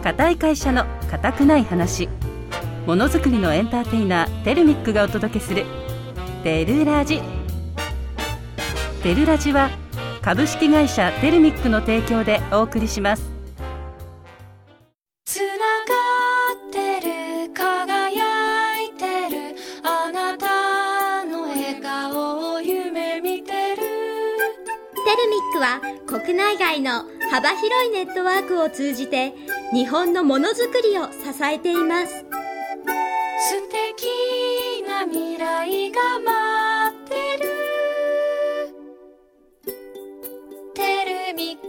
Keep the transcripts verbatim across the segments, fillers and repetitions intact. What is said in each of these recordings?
固い会社の固くない話。ものづくりのエンターテイナーテルミックがお届けするテルラジ。テルラジは株式会社テルミックの提供でお送りします。 つながってる、輝いてる、あなたの笑顔を夢見てる。 テルミックは国内外の幅広いネットワークを通じて日本のものづくりを支えています。 素敵な未来が待ってる。テルミック。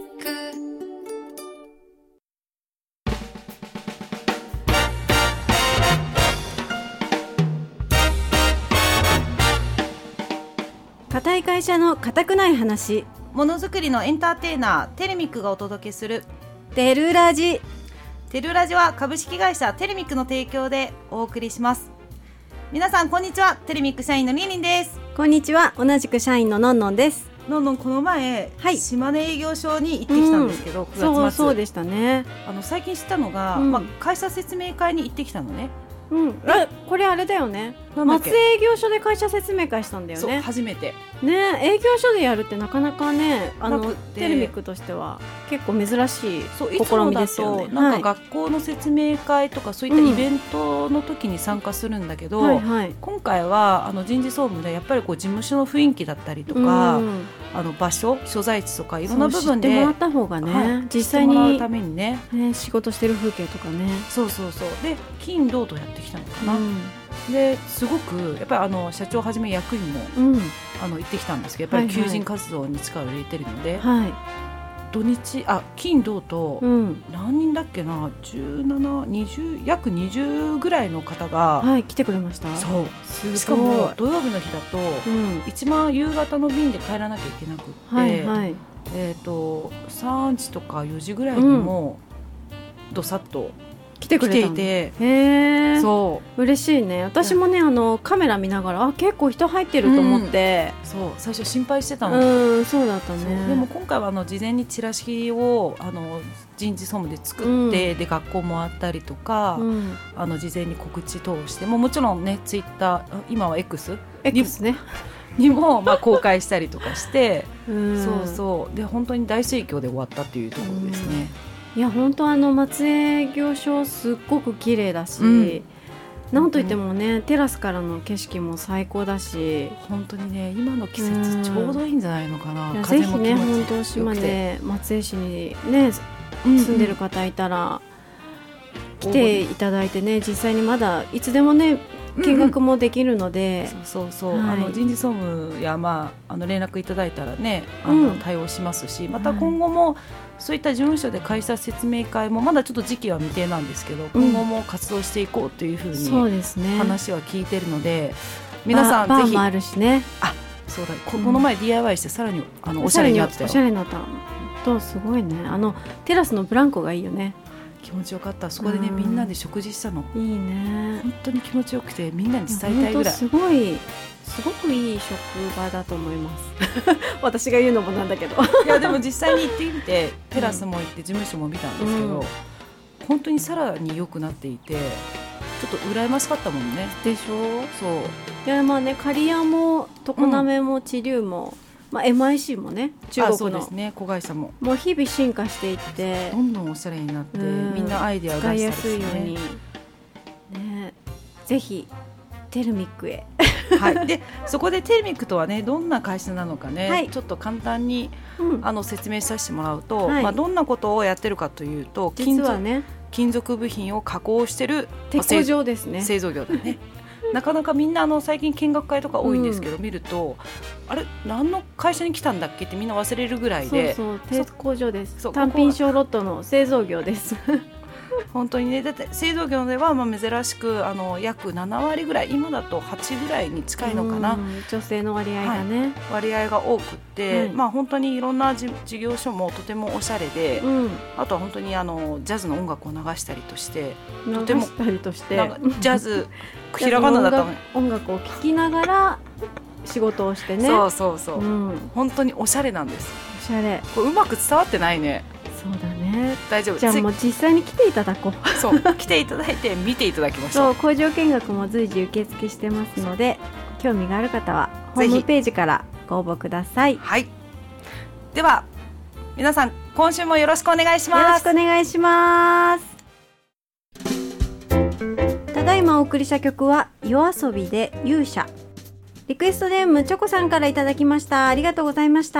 固い会社の固くない話。 ものづくりのエンターテイナーテルミックがお届けするテルラジ。 テルラジは株式会社テルミックの提供でお送りします。皆さんこんにちは。テルミック社員のリンリンです。 こんにちは。同じく社員ののんのんです。 のんのん、この前、はい、島根営業所に行ってきたんですけど、うん、くがつ末。 そうそうでしたね。 あの最近知ったのが、 うんまあ、会社説明会に行ってきたのね。 うん、あこれあれだよね。松営業所で会社説明会したんだよね。 そう初めてね。営業所でやるってなかなかね、あのテルミックとしては結構珍しい試みですよね。 なんか学校の説明会とかそういったイベントの時に参加するんだけど、うんはいはい、今回はあの人事総務でやっぱりこう事務所の雰囲気だったりとか、うん、あの場所所在地とかいろんな部分で知ってもらった方がね、はい、実際に知ってもらうためにね、 ね仕事してる風景とかね。 そうそうそう。で金土とやってきたのかな、うんですごくやっぱりあの社長はじめ役員も、うん、あの行ってきたんですけど、やっぱり求人活動に力を入れてるので、はいはい、土日あ金土と、うん、何人だっけなじゅうなな、にじゅう約にじゅうぐらいの方が、 はい、来てくれました。 そうすしかも土曜日の日だと、うん、一番夕方の便で帰らなきゃいけなくって、はいはいえー、とさんじとかよじぐらいにも、うん、どさっと来てくれた来ていて、 へーそう嬉しいね。私もねあのカメラ見ながらあ結構人入ってると思って、 うん、そう最初心配してたの。 うんそうだったね。 でも今回はあの事前にチラシをあの人事総務で作って、うん、で学校もあったりとか、うん、あの事前に告知等してももちろんねツイッター今は X, X ねにもまあ公開したりとかしてうんそうそうで本当に大盛況で終わったっていうところですね。 うんいや本当あの松営業所すっごく綺麗だし、うん、なんといってもねテラスからの景色も最高だし本当にね今の季節ちょうどいいんじゃないのかな、うん、 風も気持ちよくてぜひね本当島根松江市にね住んでる方いたら、うん、来ていただいてね実際にまだいつでもね見学もできるので、 うんうん、そうそうそう、はい、あの人事総務や、まあ、あの連絡いただいたらねあの、うん、対応しますしまた今後も、はいそういった事務所で会社説明会もまだちょっと時期は未定なんですけど、うん、今後も活動していこうというふうに話は聞いているので、ね、皆さんぜひバーもあるしね。 あそうだ こ, この前 ディーアイワイ してさらにあのおしゃれになってたよ。 おしゃれになったとすごいね。あのテラスのブランコがいいよね。 気持ちよかった。そこでねみんなで食事したの。 いいね。 本当に気持ちよくてみんなに伝えたいぐらいすごいすごくいい職場だと思います私が言うのもなんだけどいやでも実際に行ってみてテラスも行って事務所も見たんですけど、うん、本当にさらに良くなっていてちょっと羨ましかったもんね。 でしょ。 そういやまあね刈谷も常滑も知立も、うんまあ、エムアイシー もね中国のそうですね子会社ももう日々進化していってどんどんおしゃれになって、うん、みんなアイデアを出したりして、ね、使いやすいように、 ね、ぜひテルミックへはい、でそこでテルミックとはねどんな会社なのかね、はい、ちょっと簡単に、うん、あの説明させてもらうと、はいまあ、どんなことをやってるかというと実は、ね、 金属部品を加工してる鉄工場ですね。 製造業だねなかなかみんなあの最近見学会とか多いんですけど、うん、見るとあれ何の会社に来たんだっけってみんな忘れるぐらいでそうそう鉄工場です。単品小ロットの製造業です本当にねだって製造業ではまあ珍しくあの約ななわりぐらい今だとはちぐらいに近いのかな女性の割合がね、はい、 割合が多くって、はいまあ、本当にいろんな事業所もとてもおしゃれで、うん、あとは本当にあのジャズの音楽を流したりとしてとても流したりとしてジャズひらがなだったの音楽を聴きながら仕事をしてねそうそうそう、うん、本当におしゃれなんです。 おしゃれこれうまく伝わってないね。 そうだね。 大丈夫。 じゃあもう実際に来ていただこう。 そう来ていただいて見ていただきましょう。 そう工場見学も随時受付してますので、興味がある方はホームページからご応募ください。 はい。では皆さん今週もよろしくお願いします。 よろしくお願いします。ただいまお送りした曲は夜遊びで勇者。リクエストネームチョコさんからいただきました。ありがとうございました。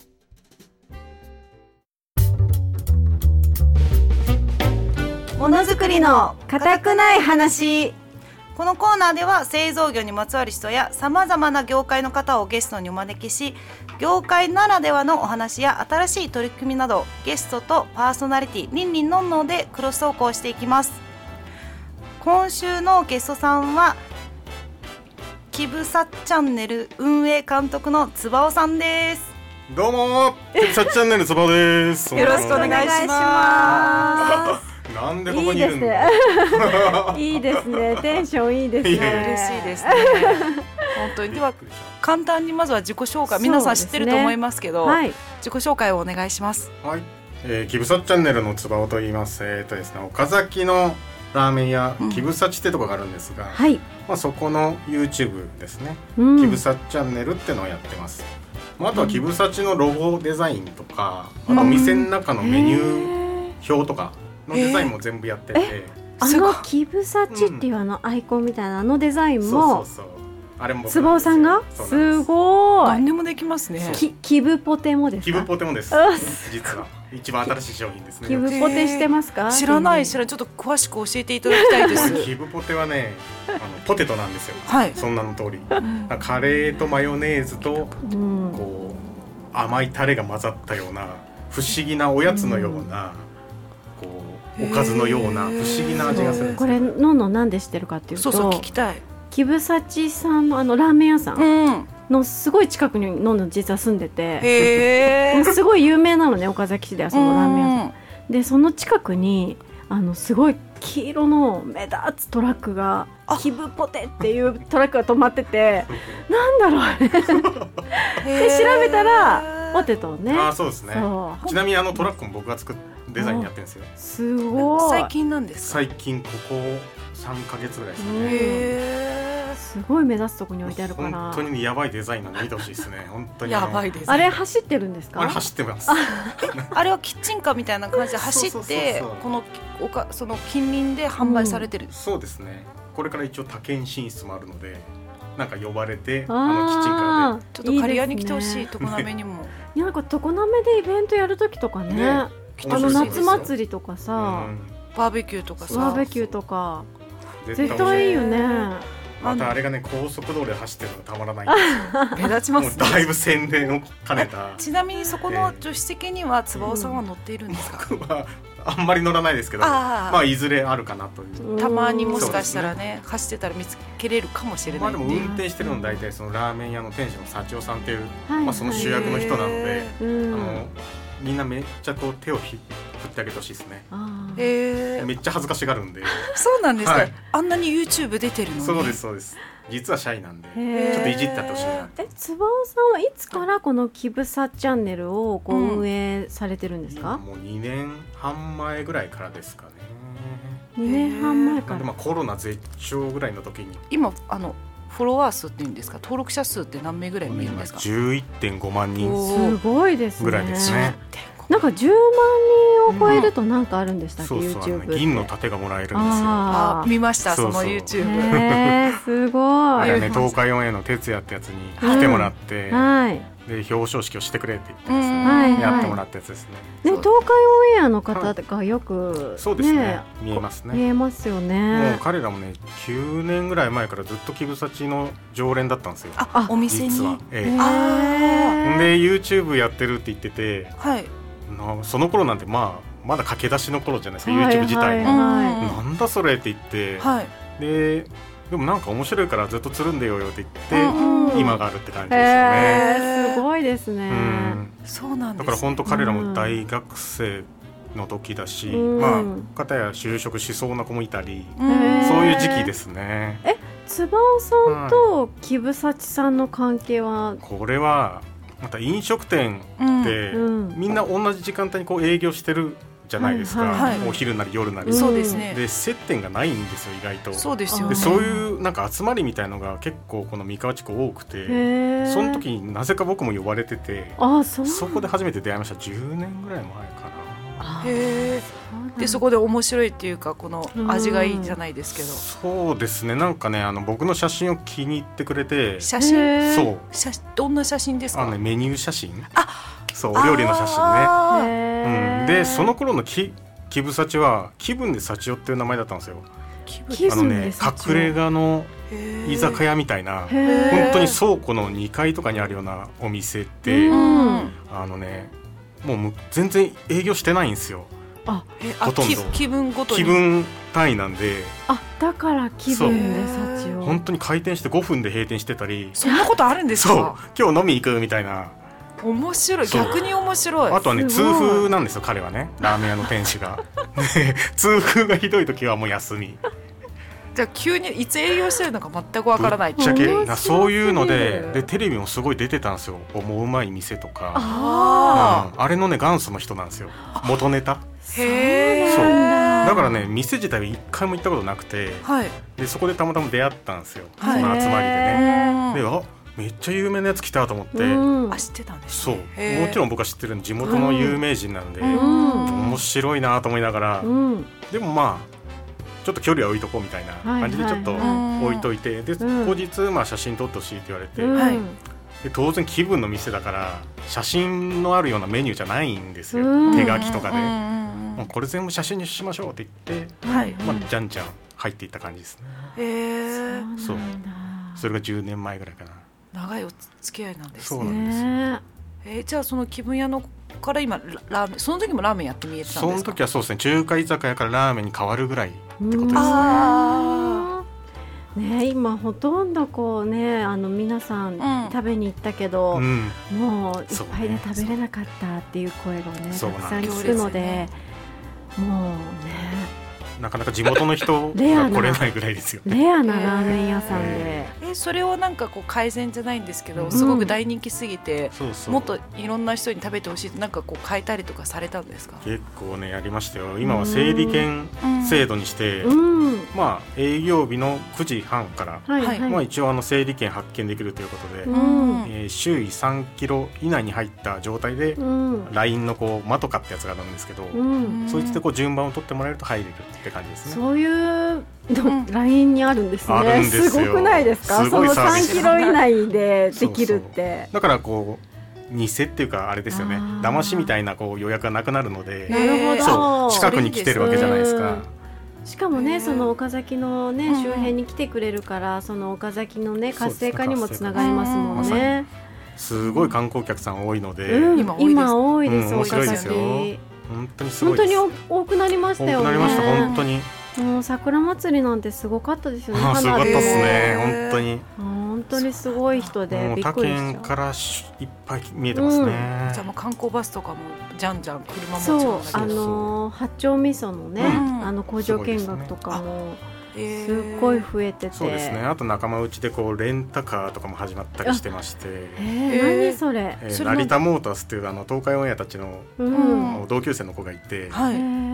ものづくりの固くない話。 このコーナーでは製造業にまつわる人やさまざまな業界の方をゲストにお招きし、業界ならではのお話や新しい取り組みなどゲストとパーソナリティリンリンノンノでクロストークをしていきます。今週のゲストさんはキブサチャンネル運営監督のつばおさんです。 どうもキブサチャンネルつばおです。 よろしくお願いします。 なんでここにいるんだ。 いいですね。テンションいいですね。 嬉しいですね。本当に。では簡単にまずは自己紹介、皆さん知ってると思いますけど、はい、自己紹介をお願いします。 はい、えー、キブサチャンネルのつばおと言います。えーとですね、岡崎のラーメン屋、うん、キブサチってとこがあるんですが、はい、まあ、そこの YouTube ですね、うん、キブサチャンネルってのをやってます。まあ、あとはキブサチのロゴデザインとか、あとお店の中のメニュー表とかのデザインも全部やってて、 あのキブサチっていうあのアイコンみたいなあのデザインも、そうそうそう、 あれもつばおさんがすごい。 何でもできますね。 きキブポテもですか？ キブポテもです。実は一番新しい商品ですね。 キブポテしてますか？ 知らない知らない。ちょっと詳しく教えていただきたいです。 キブポテはね、あのポテトなんですよ。 はい。 そんなの通り。カレーとマヨネーズと、うん、こう甘いタレが混ざったような不思議なおやつのような、うん、こうおかずのような不思議な味がするんです。 これのんのなんで知ってるかっていうと、 そうそう聞きたい。 キブサチさんのあのラーメン屋さんのすごい近くにのんの実は住んでて、へー、すごい有名なのね、岡崎市ではそのラーメン屋さんで、その近くにあのすごい黄色の目立つトラックがキブポテっていうトラックが止まってて、なんだろうあれで調べたらポテトね。 あ、そうですね。ちなみにあのトラックも僕が作っデザインやってるんですよ。 すごい。 最近なんですか？ 最近ここさんかげつぐらいですね。 へー、すごい目立つとこに置いてあるから、 本当にやばいデザインなの見てほしいですね。本当に、ね、 やばいデザイン。 あれ走ってるんですか？ あれ走ってます。 あれはキッチンカーみたいな感じで走ってこのおかその近隣で販売されてる、うん、 そうですね。これから一応他県進出もあるので、なんか呼ばれてあのキッチンカーでちょっと刈谷に来てほしい。常滑にもいや、なんか常滑でイベントやるときとか ね, ねあの夏祭りとかさ、うん、 バーベキューとかさ、 バーベキューとか絶対いいよね。 またあれがね、高速道路で走ってるのがたまらないんですよ。 目立ちますね。 もうだいぶ宣伝を兼ねた。 ちなみにそこの助手席にはつばおさんは乗っているんですか？ 僕はあんまり乗らないですけど、あ、まあいずれあるかなという。 たまにもしかしたら ね, ね走ってたら見つけれるかもしれない。 まあでも運転してるの大体そのラーメン屋の店主の幸男さんっていう、はい、まあその主役の人なので、あのみんなめっちゃこう手を振ってあげてほしいですね。 へー、 めっちゃ恥ずかしがるんで。 そうなんですか、はい、あんなに YouTube 出てるのに。 そうですそうです。実はシャイなんでちょっといじってやってほしいな。 え、つばおさんはいつからこのキブサチャンネルをこう運営されてるんですか？ うん、もうにねんはん前ぐらいからですかね。 にねんはん前から。 まあコロナ絶頂ぐらいの時に。 今あのフォロワー数っていうんですか、登録者数って何名ぐらい見えるんですか？ じゅういってんごまんにんすごいですね。 ぐらいですね。 なんかじゅうまんにんを超えるとなんかあるんでしたっけ、うん、 そうそう、 YouTube って。 銀の盾がもらえるんですよ。 ああ、見ました。 そうそう、 その YouTube。 へー、すごい。 あれね、東海オンエアの哲也ってやつに来てもらって、はい、で表彰式をしてくれって言ってですね、はいはい、やってもらったやつですね。 ね、東海オンエアの方がよく、はい、 そうですね、見えますね。 見えますよね。 もう彼らもね、きゅうねんぐらい前からずっとキブサチの常連だったんですよ。 あ、お店に。実は、 ええ、あで YouTube やってるって言ってて、はい、その頃なんてまあまだ駆け出しの頃じゃないですか、はい、YouTube 自体も、はいはい、なんだそれって言って、はい、ででもなんか面白いからずっとつるんでよよって言って、うん、今があるって感じですよね。 すごいですね、うん、 そうなんです。 だから本当彼らも大学生の時だし、うん、まあ片や就職しそうな子もいたり、うん、そういう時期ですね。 え、つばおさんとキブサチさんの関係は？ これはまた飲食店って、うん、みんな同じ時間帯にこう営業してるじゃないですか、はいはい、お昼なり夜なり、 そうですね、 で接点がないんですよ意外と。 そうですよね。 でそういうなんか集まりみたいのが結構この三河地区多くて、その時になぜか僕も呼ばれてて、 あ そ, そこで初めて出会いました。じゅうねんぐらい前かな。 へー。でそこで面白いっていうかこの味がいいじゃないですけど、 うん、そうですね、なんかねあの僕の写真を気に入ってくれて。 写真？ そう写どんな写真ですか？ あの、ね、メニュー写真。 あ、 そうお料理の写真ね、うん、でその頃のきキブサチは気分で幸男っていう名前だったんですよ。あのね隠れ家の居酒屋みたいな本当に倉庫のにかいとかにあるようなお店で、あのねもう全然営業してないんですよ。 あほとんど気分ごとに気分単位なんで。 あだから気分で幸男本当に開店してごふんで閉店してたり。 そんなことあるんですか？ そう今日飲み行くみたいな。 面白い、逆に面白い。 あとはね痛風なんですよ彼はね、ラーメン屋の店主が痛風がひどい時はもう休み。 じゃあ急にいつ営業してるのか全くわからない。 ぶっちゃけなそういうの で, でテレビもすごい出てたんですよ。もううまい店とか あ,、うん、あれのね元祖の人なんですよ元ネタ。 へそうだからね店自体は一回も行ったことなくて、 はい、でそこでたまたま出会ったんですよ、はい、その集まりでね。であめっちゃ有名なやつ来たと思って、うん、 あ知ってたんですね。 そうもちろん僕は知ってる地元の有名人なんで、うん、面白いなと思いながら、うん、でもまあちょっと距離は置いとこうみたいな感じでちょっと置いといて、はいはいはい、で、うん、後日、まあ、写真撮ってほしいって言われて、うん、で当然気分の店だから写真のあるようなメニューじゃないんですよ、うん、手書きとかで、うん、もうこれ全部写真にしましょうって言って、はいまあ、じゃんじゃん入っていった感じですね。 へーそうそれがじゅうねんまえぐらいかな。 長いお付き合いなんですね。 そうなんですよ。 えー、じゃあその気分屋のから今ラーメンその時もラーメンやってみえてたんですか？ その時はそうですね中華居酒屋からラーメンに変わるぐらいってことですね。 あね今ほとんどこうねあの皆さん食べに行ったけど、うん、もういっぱいで食べれなかったっていう声がねたくさん聞くので、ね、もうねなかなか地元の人が来れないぐらいですよね。 レアなラーメン屋さんで、 えー、それをなんかこう改善じゃないんですけど、うん、すごく大人気すぎて、そうそうもっといろんな人に食べてほしいってなんかこう変えたりとかされたんですか？ 結構ねやりましたよ。今は整理券制度にして、うん、まあ営業日のくじはんから、はいまあ、一応あの整理券発券できるということで、うんえー、周囲さんキロ以内に入った状態で、うん、ライン のこうマトカってやつがあるんですけど、うん、そいつでこう順番を取ってもらえると入れるって感じですね。 そういうのラインにあるんですね。 あるんですよ。 すごくないですか？ すごいサービス。 そのさんキロ以内でできるって。 そうそうだからこう偽っていうかあれですよね。騙しみたいなこう予約がなくなるので、 なるほど。 そう近くに来てるわけじゃないですか。 しかもねその岡崎のね周辺に来てくれるからその岡崎のね活性化にもつながりますもんね。 すごい観光客さん多いので、 うん、今多いです。 うん、面白いですよ。本当にすごいです。本当に多くなりましたよね。 多くなりました本当に。 もう桜祭りなんてすごかったですよね。 あすごかったですね本当に。 本当にすごい人でびっくりしちゃう。 他県からいっぱい見えてますね。うん、 じゃあもう観光バスとかもじゃんじゃん車もそうあの八丁味噌のね、うん、あの工場見学とかもすっごい増えてて、 そうですね。あと仲間内でこうレンタカーとかも始まったりしてまして、 えー、何それ、 えー、成田モータースっていうあの東海オンエアたちの、うん、同級生の子がいて、はい、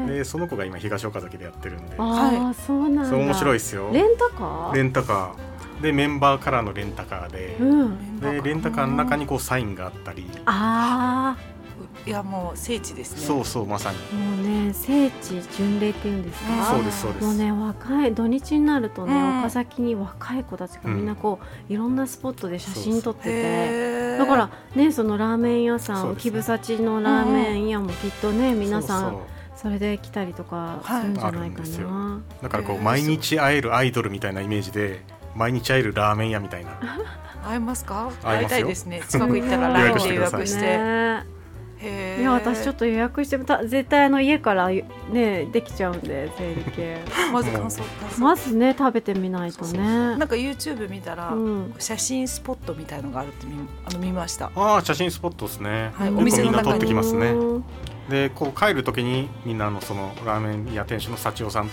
でその子が今東岡崎でやってるんで、 ああそうなんだ。 そう面白いですよ。 レンタカー？ レンタカーでメンバーからのレンタカーで、うん、でレンタカーの中にこうサインがあったり、 ああいやもう聖地ですね。 そうそうまさにもうね聖地巡礼っていうんですか。 そうですそうです。 もうね若い土日になるとね、うん、岡崎に若い子たちがみんなこう、うん、いろんなスポットで写真撮ってて、だからねそのラーメン屋さん、キブサチのラーメン屋もきっとね、うん、皆さんそうそうそれで来たりとかするんじゃないかな、 はい、だからこう毎日会えるアイドルみたいなイメージで毎日会えるラーメン屋みたいな会えますか？会いたいですね。近く行ったらラインで予約して、 へいや私ちょっと予約してた絶対あの家からねできちゃうんで整理券まず感想まずね食べてみないとね。そうそうなんか YouTube 見たら、うん、写真スポットみたいのがあるって 見, あの見ました。 ああ写真スポットですね、はい、お店の中にみんな撮ってきますね。でこう帰る時にみんなのそのラーメン屋店主の幸男さんと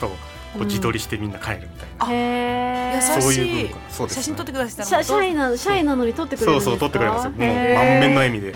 こう自撮りしてみんな帰るみたいな、 うん、へー優しい。そういう文化。そうですね、写真撮ってくださったの。 シャイなシャイなのに撮ってくれるんですか。 そうそう撮ってくれますよ。もう満面の笑みで。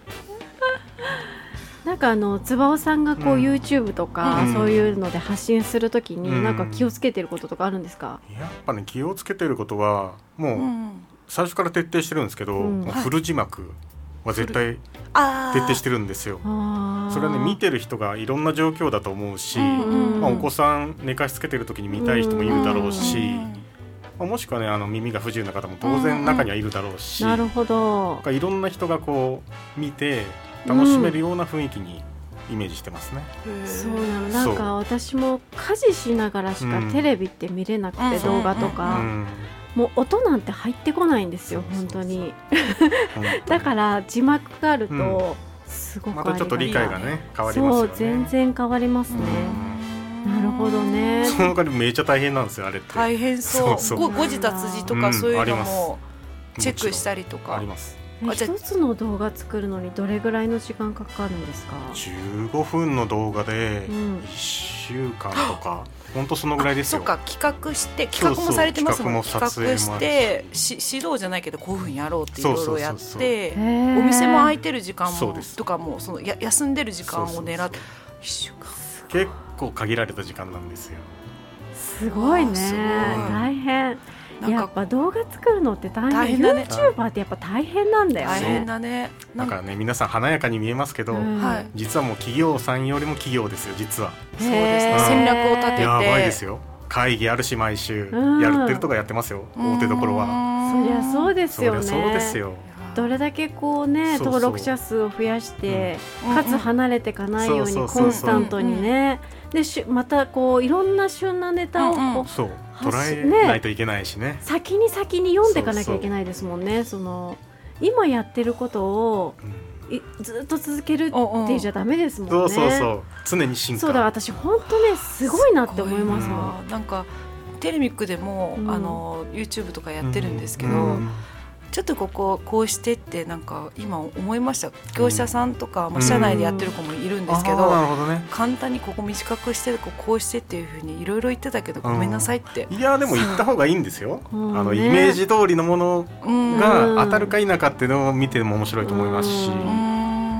なんかあのつばおさんがこう、うん、YouTube とか、うん、そういうので発信するときに、うん、なんか気をつけてることとかあるんですか。 やっぱね気をつけてることはもう、うん、最初から徹底してるんですけど、うん、もうフル字幕は絶対徹底してるんですよ。それはね見てる人がいろんな状況だと思うし、うんまあ、お子さん寝かしつけてる時に見たい人もいるだろうし、うんまあ、もしくはねあの耳が不自由な方も当然中にはいるだろうし、 うん、なるほど。 いろんな人がこう見て楽しめるような雰囲気にイメージしてますね。 うん、そうなの。なんか私も家事しながらしかテレビって見れなくて、うん、動画とか、うん、もう音なんて入ってこないんですよ本当に。だから字幕があるとすごくありがたい。 またちょっと理解がね変わりますよね。 そう全然変わりますね。なるほどね。 その代わりめっちゃ大変なんですよあれって。 大変そう。そうそう誤字脱字とかそういうのもチェックしたりとか。 あります。 一つの動画作るのにどれぐらいの時間かかるんですか。 じゅうごふんの動画でいっしゅうかんとか、うん、本当そのぐらいですよ。 そうか企画して企画もされてますもんね。企画してし指導じゃないけどこういうふうにやろうっていろいろやってお店も空いてる時間もとかもそのや休んでる時間を狙っていっしゅうかん結構限られた時間なんですよ。 すごいね。大変。やっぱ動画作るのって大変。大変だね。YouTuber ってやっぱ大変なんだよね。 大変だね。 だからね皆さん華やかに見えますけど、うん、実はもう企業さんよりも企業ですよ実は。 そうですね。戦略を立てて。 やばいですよ。会議あるし毎週やってるとかやってますよ、うん、大手どころは。 そりゃそうですよね。 そりゃそうですよ。 どれだけこうね登録者数を増やして、うん、かつ離れていかないようにコンスタントにね。でしまたこういろんな旬なネタをこう、うんうん、 そう捉えないといけないしね、ね先に先に読んでいかなきゃいけないですもんね。その今やってることを、うん、ずっと続けるっていうじゃダメですもんね。 そうそうそう常に進化。 そうだ私本当ねすごいなって思いますもん。 なんかテレミックでも、うん、あの YouTube とかやってるんですけど、うんうんちょっとこここうしてってなんか今思いました。業者さんとか、まあ、社内でやってる子もいるんですけど、 なるほどね、 簡単にここ短くしてこうこうしてっていう風にいろいろ言ってたけどごめんなさいって、 うん、いやでも言った方がいいんですよ、うん、あのイメージ通りのものが当たるか否かっていうのを見ても面白いと思いますし、うん、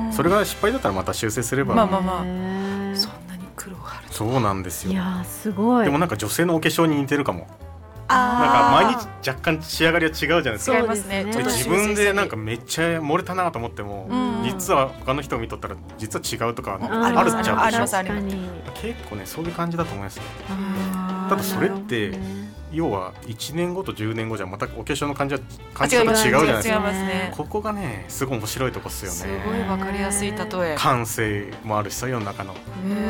それが失敗だったらまた修正すれば、 まあまあまあそんなに苦労がある。 そうなんですよ。 いやすごい。 でもなんか女性のお化粧に似てるかも。なんか毎日若干仕上がりは違うじゃないですか。 違いますね。 で自分でなんかめっちゃ漏れたなと思っても、うん、実は他の人を見とったら実は違うとかあるっちゃうでしょ。結構ねそういう感じだと思いますよ。ただそれって、ね、要はいちねんごとじゅうねんごじゃまたお化粧の感じは感じ方違うじゃないですか。 ね、 ここがねすごい面白いとこっすよね。 すごいわかりやすい例え。 感性もあるしさ世の中の。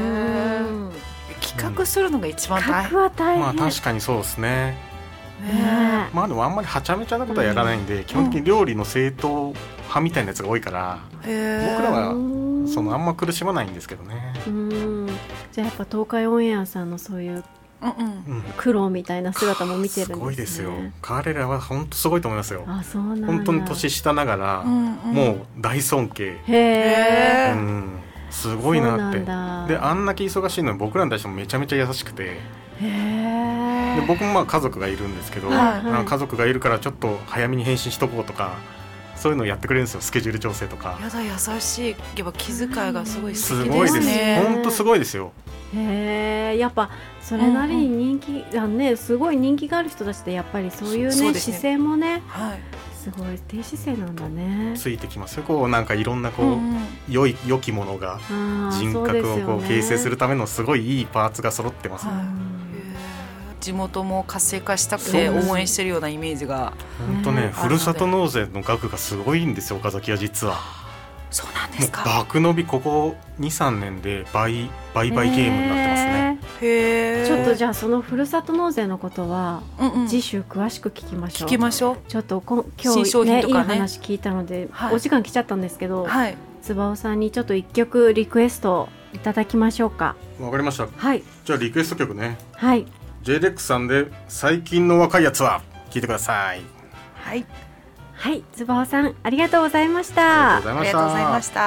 企画するのが一番大変。 企画は大変。 まあ確かにそうですね。ねまあでもあんまりはちゃめちゃなことはやらないんで、うん、基本的に料理の正統派みたいなやつが多いから、うん、僕らはそのあんま苦しまないんですけどね。 うんじゃあやっぱ東海オンエアさんのそういう苦労みたいな姿も見てるんですね。 すごいですよ。彼らは本当すごいと思いますよ。 あそうなんだ。 本当に年下ながら、うんうん、もう大尊敬。 へー、 うん、すごいなって。であんなに忙しいのに僕らに対してもめちゃめちゃ優しくて。 へで僕もまあ家族がいるんですけど、はいはい、家族がいるからちょっと早めに返信しとこうとかそういうのをやってくれるんですよ。スケジュール調整とか。 やだ優しい。やっぱ気遣いがすごい素敵ですね。すごいです。本当すごいですよ。 へえやっぱそれなりに人気、うんうんあね、すごい人気がある人たちってやっぱりそういう ね, うね姿勢もね、はい、すごい低姿勢なんだね。 ついてきますよ。こうなんかいろんなこう、うん、良い良きものが人格をこう形成するためのすごいいいパーツが揃ってますね。 地元も活性化したくて応援してるようなイメージが本当ね、ふるさと納税の額がすごいんですよ岡崎は実は。 そうなんですか。 爆伸びここ にさんねんで倍倍倍ゲームになってますね。 へー。 ちょっとじゃあそのふるさと納税のことは、うんうん、次週詳しく聞きましょう。 聞きましょう。 ちょっとこ今日、ね、新商品とかね、いい話聞いたので、はい、お時間来ちゃったんですけど、はい、つばおさんにちょっと一曲リクエストいただきましょうか。 わかりました。 はい。 じゃあリクエスト曲ね。 はい。 ジェイレックス さんで最近の若いやつは聞いてください。 はいはい、つばおさんありがとうございました。 ありがとうございました。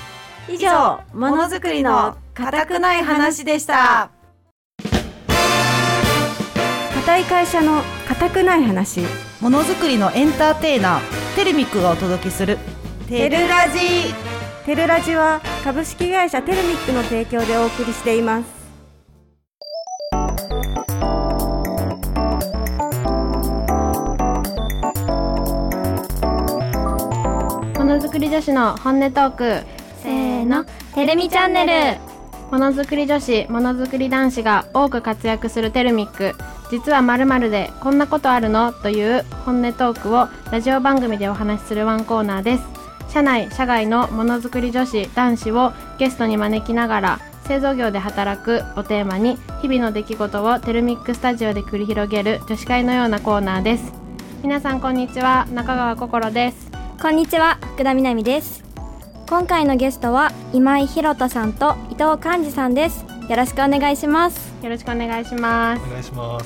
以上ものづくりの固くない話でした。 固い会社の固くない話、 ものづくりのエンターテイナーテルミックがお届けするテルラジ。 テルラジは株式会社テルミックの提供でお送りしています。 ものづくり女子の本音トーク、 せーの、テルミチャンネル。 ものづくり女子、ものづくり男子が多く活躍するテルミック。実は〇〇でこんなことあるのという本音トークをラジオ番組でお話しするワンコーナーです。社内社外のものづくり女子男子をゲストに招きながら製造業で働くをテーマに日々の出来事をテルミックスタジオで繰り広げる女子会のようなコーナーです。皆さんこんにちは、中川心です。 こんにちは、福田みなみです。今回のゲストは今井博人さんと伊藤寛治さんです。よろしくお願いします。 よろしくお願いします。 お願いします。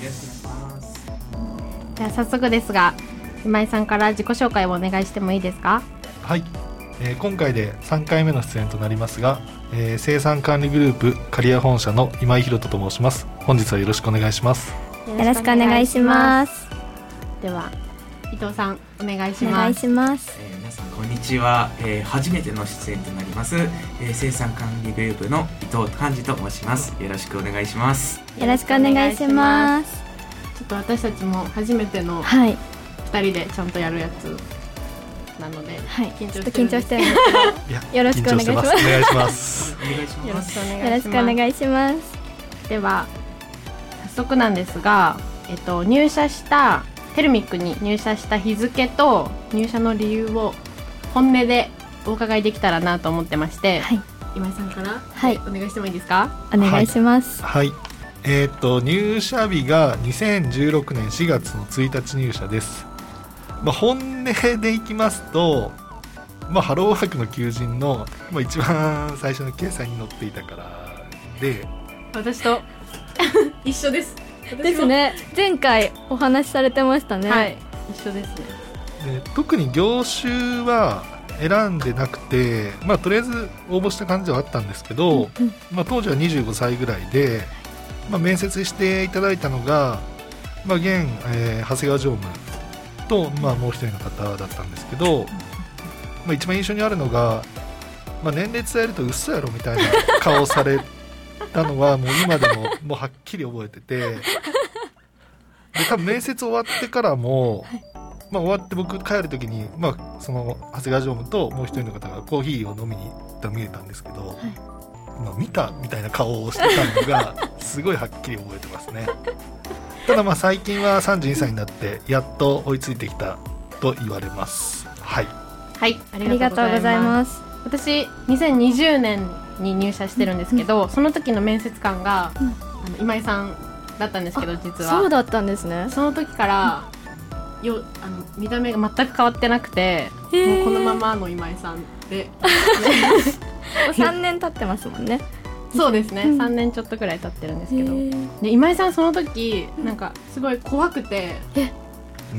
じゃあ早速ですが、今井さんから自己紹介をお願いしてもいいですか？ はい、えー、今回でさんかいめの出演となりますが、えー、生産管理グループ刈谷本社の今井博人と申します。本日はよろしくお願いします。 よろしくお願いします。 では伊藤さんお願いします。 お願いします。 えー、皆さんこんにちは、えー、初めての出演となります、えー、生産管理グループの伊藤寛治と申します。よろしくお願いします。 よろしくお願いします。 ちょっと私たちも初めてのふたりでちゃんとやるやつなので、はい、緊張してるんですけど、 よろしくお願いします。 お願いします。 お願いします。 よろしくお願いします。 では早速なんですが、えっと、入社したテルミックに入社した日付と入社の理由を本音でお伺いできたらなと思ってまして、はい、今井さんから、はい、お願いしてもいいですか？ お願いします。 はい、はい、えー、っと入社日がにせんじゅうろくねんしがつのついたち入社です。まあ、本音でいきますと、まあ、ハローワークの求人の、まあ、一番最初の掲載に載っていたからで、 私と一緒ですですね。前回お話しされてましたね。 はい、一緒ですね。 で特に業種は選んでなくて、まあ、とりあえず応募した感じではあったんですけど、うんうん、まあ、当時はにじゅうごさいぐらいで、まあ、面接していただいたのが、まあ、現、えー、長谷川常務と、まあ、もう一人の方だったんですけど、まあ、一番印象にあるのが、まあ、年齢伝えると嘘やろみたいな顔されたのはもう今でももうはっきり覚えてて、で多分面接終わってからも、まあ、終わって僕帰る時に、まあ、その長谷川常務ともう一人の方がコーヒーを飲みに行った見えたんですけど、はい、まあ、見たみたいな顔をしてたのがすごいはっきり覚えてますね。ただまあ最近はさんじゅうにさいになってやっと追いついてきたと言われます。はい、 はい、ありがとうございます。私にせんにじゅうねんに入社してるんですけど、うん、その時の面接官が、うん、あの今井さんだったんですけど、実はそうだったんですね。 その時からよあの見た目が全く変わってなくて、もうこのままの今井さんでさんねん経ってますもんね。 そうですね、うん、さんねんちょっとくらい経ってるんですけど、で今井さんその時なんかすごい怖くて、え、 うん、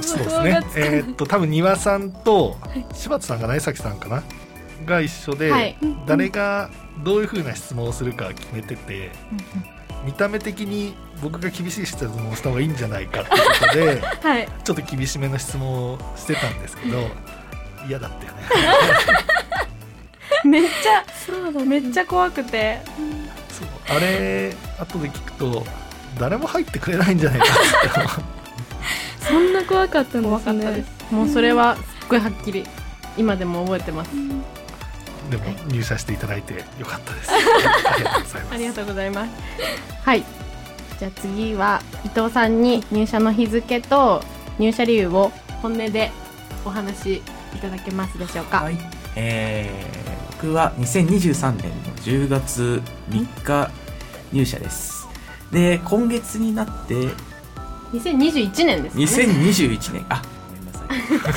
そうですね、えー、っと多分庭さんと柴田さんかな、江崎さんかなが一緒で、はい、誰がどういう風な質問をするか決めてて、うん、見た目的に僕が厳しい質問をした方がいいんじゃないかってことで、はい、ちょっと厳しめの質問をしてたんですけど、嫌だったよね。 めっちゃそうだ、ね、めっちゃ怖くて、 そうあれ後で聞くと誰も入ってくれないんじゃないかってそんな怖かったんですね。 です、もうそれはすっごいはっきり今でも覚えてます。 でも入社していただいてよかったです。 ありがとうございます。はい、じゃあ次は伊藤さんに入社の日付と入社理由を本音でお話しいただけますでしょうか。 はい、えー、僕はにせんにじゅうさんねんのじゅうがつみっか入社です。で今月になってにせんにじゅういちねんですかね。 にせんにじゅういちねん、あ、ごめんなさ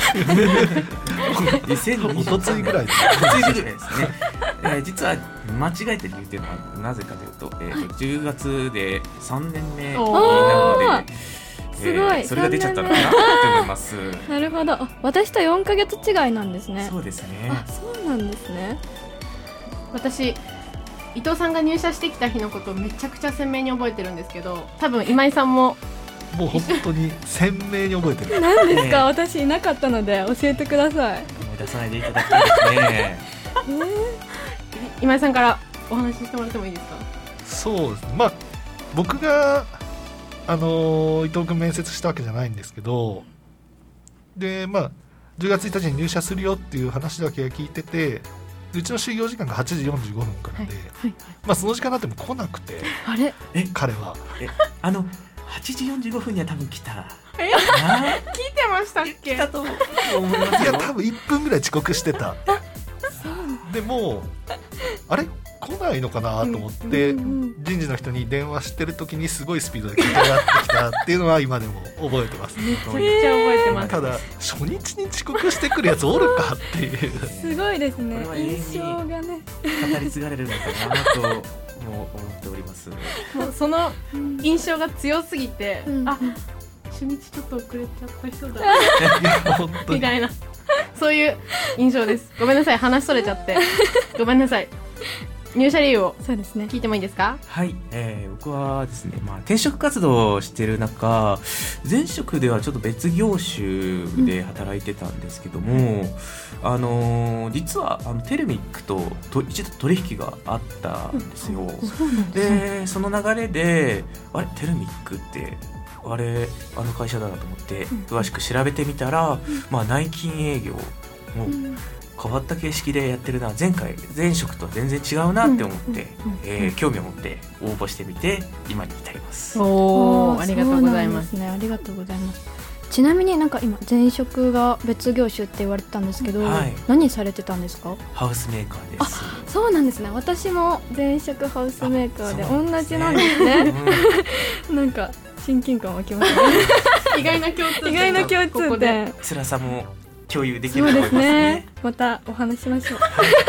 い。にせんにじゅうさんねん、おとついぐらいですね。えー、実は間違えてる理由っていうのはなぜかというと、えー、じゅうがつでさんねんめになるので、 すごい、 えー、それが出ちゃったのかなと思います。 なるほど、私とよんかげつ違いなんですね。 そうですね。 あ、そうなんですね。 私伊藤さんが入社してきた日のことをめちゃくちゃ鮮明に覚えてるんですけど、多分今井さんももう本当に鮮明に覚えてる。 何ですか、私いなかったので教えてください。 思い出さないでいただきたいですね。 えー、今井さんからお話ししてもらってもいいですか。 そうですね、まあ僕があの伊藤君面接したわけじゃないんですけど、でまあじゅうがつついたちに入社するよっていう話だけが聞いてて、うちの就業時間がはちじよんじゅうごふんからで、はいはいはい、まあその時間になっても来なくて、 あれえ彼はえあのはちじよんじゅうごふんには多分来た。 え聞いてましたっけ。 来たと思いますよ。 いや多分いっぷんぐらい遅刻してた。でもあれ来ないのかなと思って、うんうんうん、人事の人に電話してる時にすごいスピードで聞き上がってきたっていうのは今でも覚えてます。 めちゃくちゃ覚えてます。 ただ初日に遅刻してくるやつおるかっていうすごいですね。印象がね語り継がれるのかなとも思っております。 もうその印象が強すぎて、うん、あ初日ちょっと遅れちゃった人だみたいなそういう印象です。ごめんなさい、話それちゃってごめんなさい。入社理由を聞いてもいいですか。 はい、えー、僕はですね、まあ、転職活動をしている中、前職ではちょっと別業種で働いてたんですけども、うん、あのー、実はあのテルミックとと一度取引があったんですよ、うん、でその流れであれテルミックってあれあの会社だなと思って詳しく調べてみたら、うん、まあ、内勤営業の、うん変わった形式でやってるな、前回前職とは全然違うなって思って、うんうんうんえー、興味を持って応募してみて今に至ります。 おー、ありがとうございます。 そうなんですね、ありがとうございます。ちなみになんか今前職が別業種って言われてたんですけど、はい、何されてたんですか。 ハウスメーカーです。 あ、そうなんですね。私も前職ハウスメーカーで同じなんですね。うん、なんか親近感湧きますね。 意外な共通点。 意外な共通点。ここで辛さも共有できると思いますね。 そうですね。またお話しましょ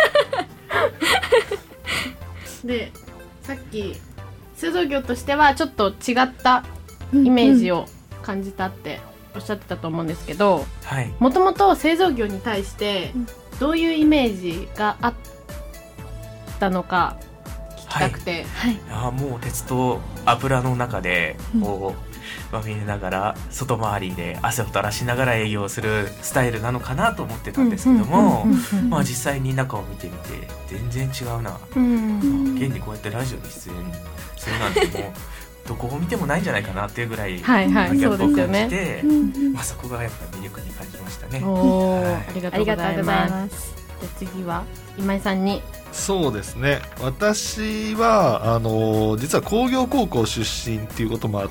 う。で、さっき製造業としてはちょっと違ったイメージを感じたっておっしゃってたと思うんですけど、もともと製造業に対してどういうイメージがあったのか聞きたくて、 はいはい、あもう鉄と油の中でこう、うんまみれながら外回りで汗を垂らしながら営業するスタイルなのかなと思ってたんですけども、まあ実際に中を見てみて全然違うな、うん、現にこうやってラジオに出演するなんてもうどこを見てもないんじゃないかなっていうぐらいギャップを感じて、まあそこがやっぱ魅力に感じましたね。 おー、はい、ありがとうございます。じゃあ次は今井さんに。 そうですね、私はあの実は工業高校出身っていうこともあって、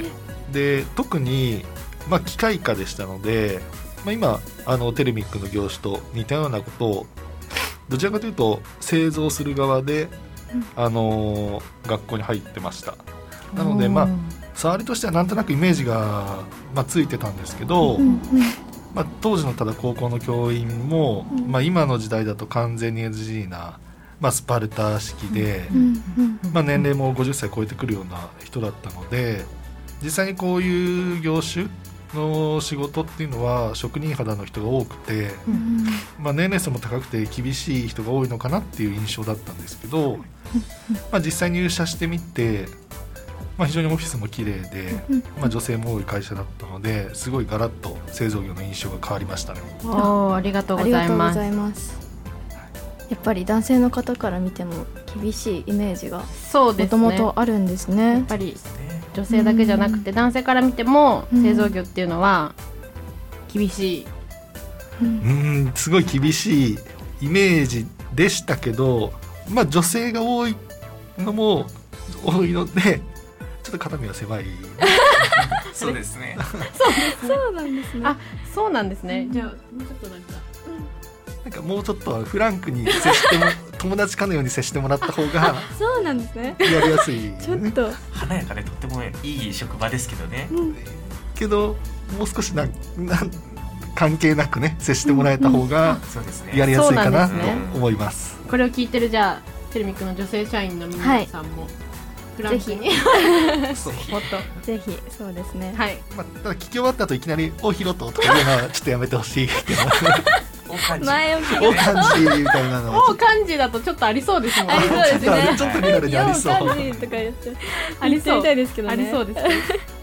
で特に、まあ、機械科でしたので、まあ、今あのテルミックの業種と似たようなことをどちらかというと製造する側で、あの学校に入ってました。なので、まあ、触りとしてはなんとなくイメージが、まあ、ついてたんですけど、うんうんまあ、当時のただ高校の教員も、うんまあ、今の時代だと完全に エヌジー な、まあ、スパルタ式で、うんうんまあ、年齢もごじゅっさい超えてくるような人だったので、実際にこういう業種の仕事っていうのは職人肌の人が多くて、うんまあ、年齢層も高くて厳しい人が多いのかなっていう印象だったんですけど、まあ、実際入社してみて、まあ、非常にオフィスも綺麗で、まあ、女性も多い会社だったのですごいガラッと製造業の印象が変わりましたね。 おー、ありがとうございます。 やっぱり男性の方から見ても厳しいイメージがそうですね、 もともとあるんですね。 やっぱり女性だけじゃなくて男性から見ても製造業っていうのは厳しい、 うん、うんすごい厳しいイメージでしたけど、まあ、女性が多いのも多いのでちょっと肩身は狭いそうですねそうなんですね。 あ、そうなんですね。じゃあもうちょっとなんかなんかもうちょっとフランクに接しても友達かのように接してもらった方がそうなんですね、 やりやすい、ね、 ちょっと華やかでとってもいい職場ですけどね、 うん、けどもう少しなな関係なくね接してもらえた方がやりやすいかなと思います。 これを聞いてるじゃあテルミックの女性社員の皆さんも、はいフランクにそうもっとぜひそうですね、 はいまあ、ただ聞き終わった後いきなりおひろととかいうのはちょっとやめてほしいけど前置きお漢字みたいなのお漢字だとちょっとありそうですもんね。 ありそうですねちょっとリアルにありそうよう漢字とか言ってありそうみたいですけどね。 ありそうですね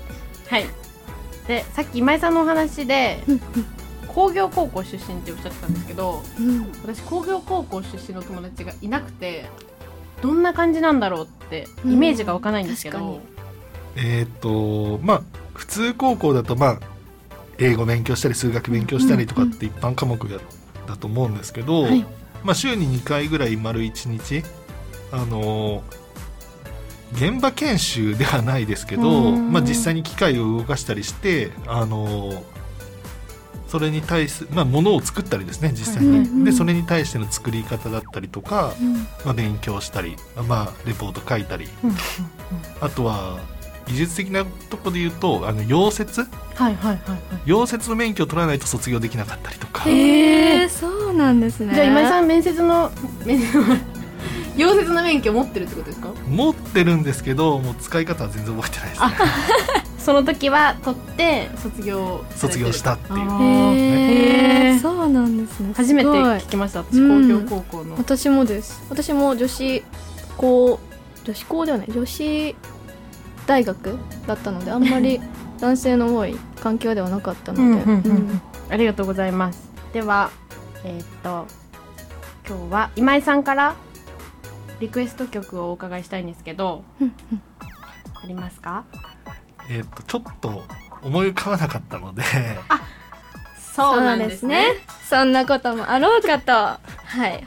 はい。でさっき今井さんのお話で工業高校出身っておっしゃってたんですけど、うん、私工業高校出身の友達がいなくてどんな感じなんだろうってイメージが湧かないんですけど、うん、 えー、っとまあ普通高校だとまあ英語勉強したり数学勉強したりとかって一般科目だと思うんですけど、はい、まあ、週ににかいぐらい丸いちにちあの現場研修ではないですけど、まあ、実際に機械を動かしたりしてあのそれに対する、まあ、ものを作ったりですね実際に、うんうん、でそれに対しての作り方だったりとか、うん、まあ、勉強したり、まあ、レポート書いたり、うんうんうん、あとは技術的なところで言うとあの溶接、はいはいはいはい、溶接の免許を取らないと卒業できなかったりとか。 へー、そうなんですね。 じゃあ今井さん面接の溶接の免許持ってるってことですか？ 持ってるんですけどもう使い方は全然覚えてないですね。 その時は取って卒業卒業したっていう。 へー、そうなんですね。 初めて聞きました。私工業高校の、うん、 私もです。私も女子高女子高ではない女子大学だったのであんまり男性の多い環境ではなかったので、うんうんうんうん、 ありがとうございます。では、えー、っと今日は今井さんからリクエスト曲をお伺いしたいんですけどありますか？ えー、っとちょっと思い浮かばなかったのであ、そうなんですね。 そんなこともあろうかとはい、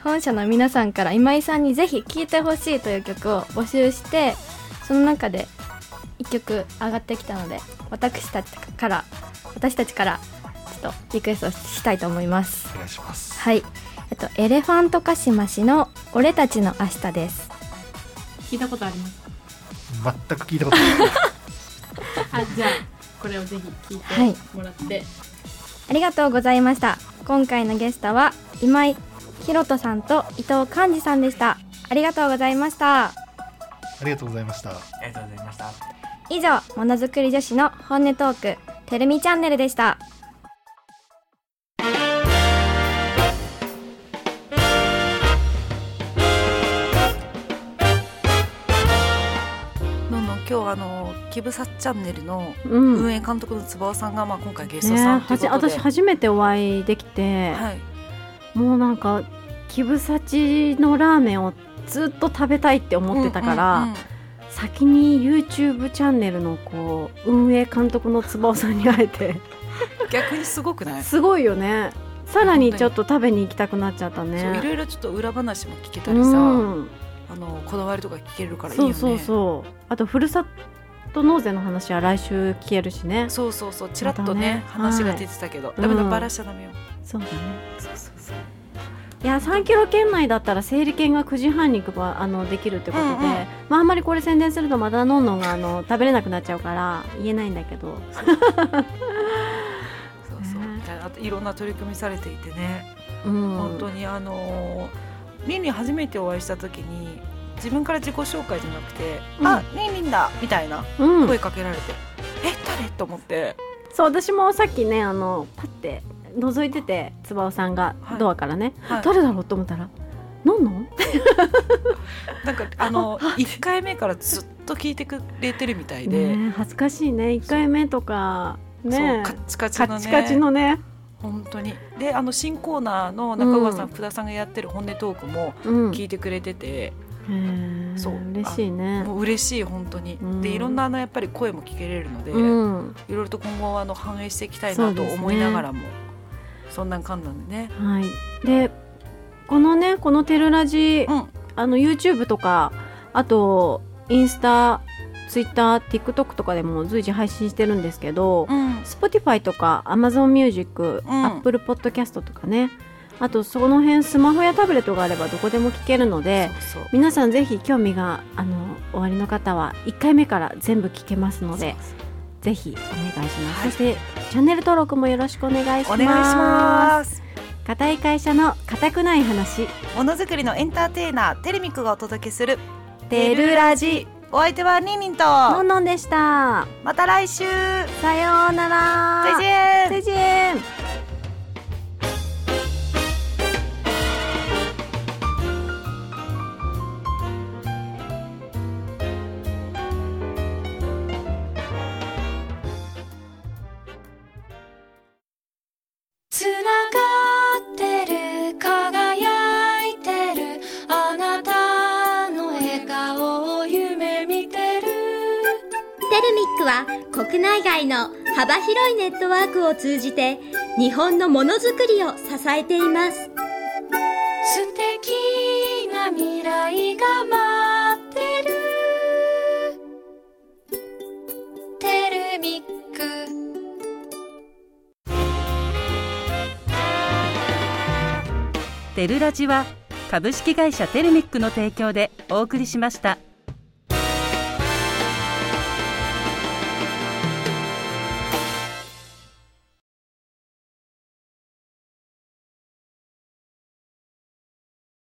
本社の皆さんから今井さんにぜひ聴いてほしいという曲を募集してその中でいっきょく上がってきたので私たちから私たちからちょっとリクエストしたいと思います。 お願いします。 はい、えっとエレファントカシマシの俺たちの明日です。 聞いたことありますか？全く聞いたことないあ、じゃあこれをぜひ聞いてもらって、はい、 ありがとうございました。今回のゲストは今井ひろとさんと伊藤寛治さんでした。ありがとうございました。 ありがとうございました。 ありがとうございました。 以上、ものづくり女子の本音トークてるみチャンネルでした。 のんのん今日はあのキブサチャンネルの運営監督の坪さんが、まあ、今回ゲストさんということで、ね、 私初めてお会いできて、はい、もうなんかキブサチのラーメンをずっと食べたいって思ってたから、うんうんうん、先に YouTube チャンネルのこう運営監督の坪さんに会えて逆にすごくない？ すごいよね。さらにちょっと食べに行きたくなっちゃったね。 いろいろちょっと裏話も聞けたりさ、うん、あのこだわりとか聞けるからいいよね。 そうそうそう。あとふるさと納税の話は来週聞けるしね。 そうそうそう、ちらっと ね, ね話が出てたけど、はい、ダメだ、バラしちゃダメよ。 そうだね。そうそうそう。いやさんキロ圏内だったら整理券がくじはんにあのできるってことで、うんうん、まあ、あんまりこれ宣伝するとまたのんのんがあの食べれなくなっちゃうから言えないんだけどそうそうそうあといろんな取り組みされていてね、うん、本当にあのリンリン初めてお会いした時に自分から自己紹介じゃなくて、うん、あ、リンリンだみたいな声かけられて、うん、え、誰と思って。 そう、私もさっきねあのパッて覗いててつばおさんがドアからね、はいはい、誰だろうと思ったらのんのんなんかあのいっかいめからずっと聞いてくれてるみたいで、 ね、恥ずかしいね。いっかいめとかね、 カッチカチのね、 カッチカチのね本当に。であの新コーナーの中川さん、うん、福田さんがやってる本音トークも聞いてくれてて、 うん、そう嬉しいね。 もう嬉しい本当に、うん、でいろんなあのやっぱり声も聞けれるので、うん、いろいろと今後あの反映していきたいなと思いながらも そ,、ね、そんなんかんなんでね、 はい、でこのねこのテルラジ、うん、あの YouTube とかあとインスタツイッター、TikTok とかでも随時配信してるんですけど、うん、Spotify とか Amazon Music、うん、Apple Podcast とかね、あとその辺スマホやタブレットがあればどこでも聞けるので、そうそう、皆さんぜひ興味があのおありの方はいっかいめから全部聞けますので、そうそう、ぜひお願いします、はい、そしてチャンネル登録もよろしくお願いします。 お願いします。 固い会社の固くない話、 ものづくりのエンターテイナーテルミックがお届けするテルラジ。 お相手はニンニンとのんのんでした。 また来週、 さようなら。 再见。 再见。 ルミックは国内外の幅広いネットワークを通じて日本のものづくりを支えています。 素敵な未来が待ってるテルミック。 テルラジは株式会社テルミックの提供でお送りしました。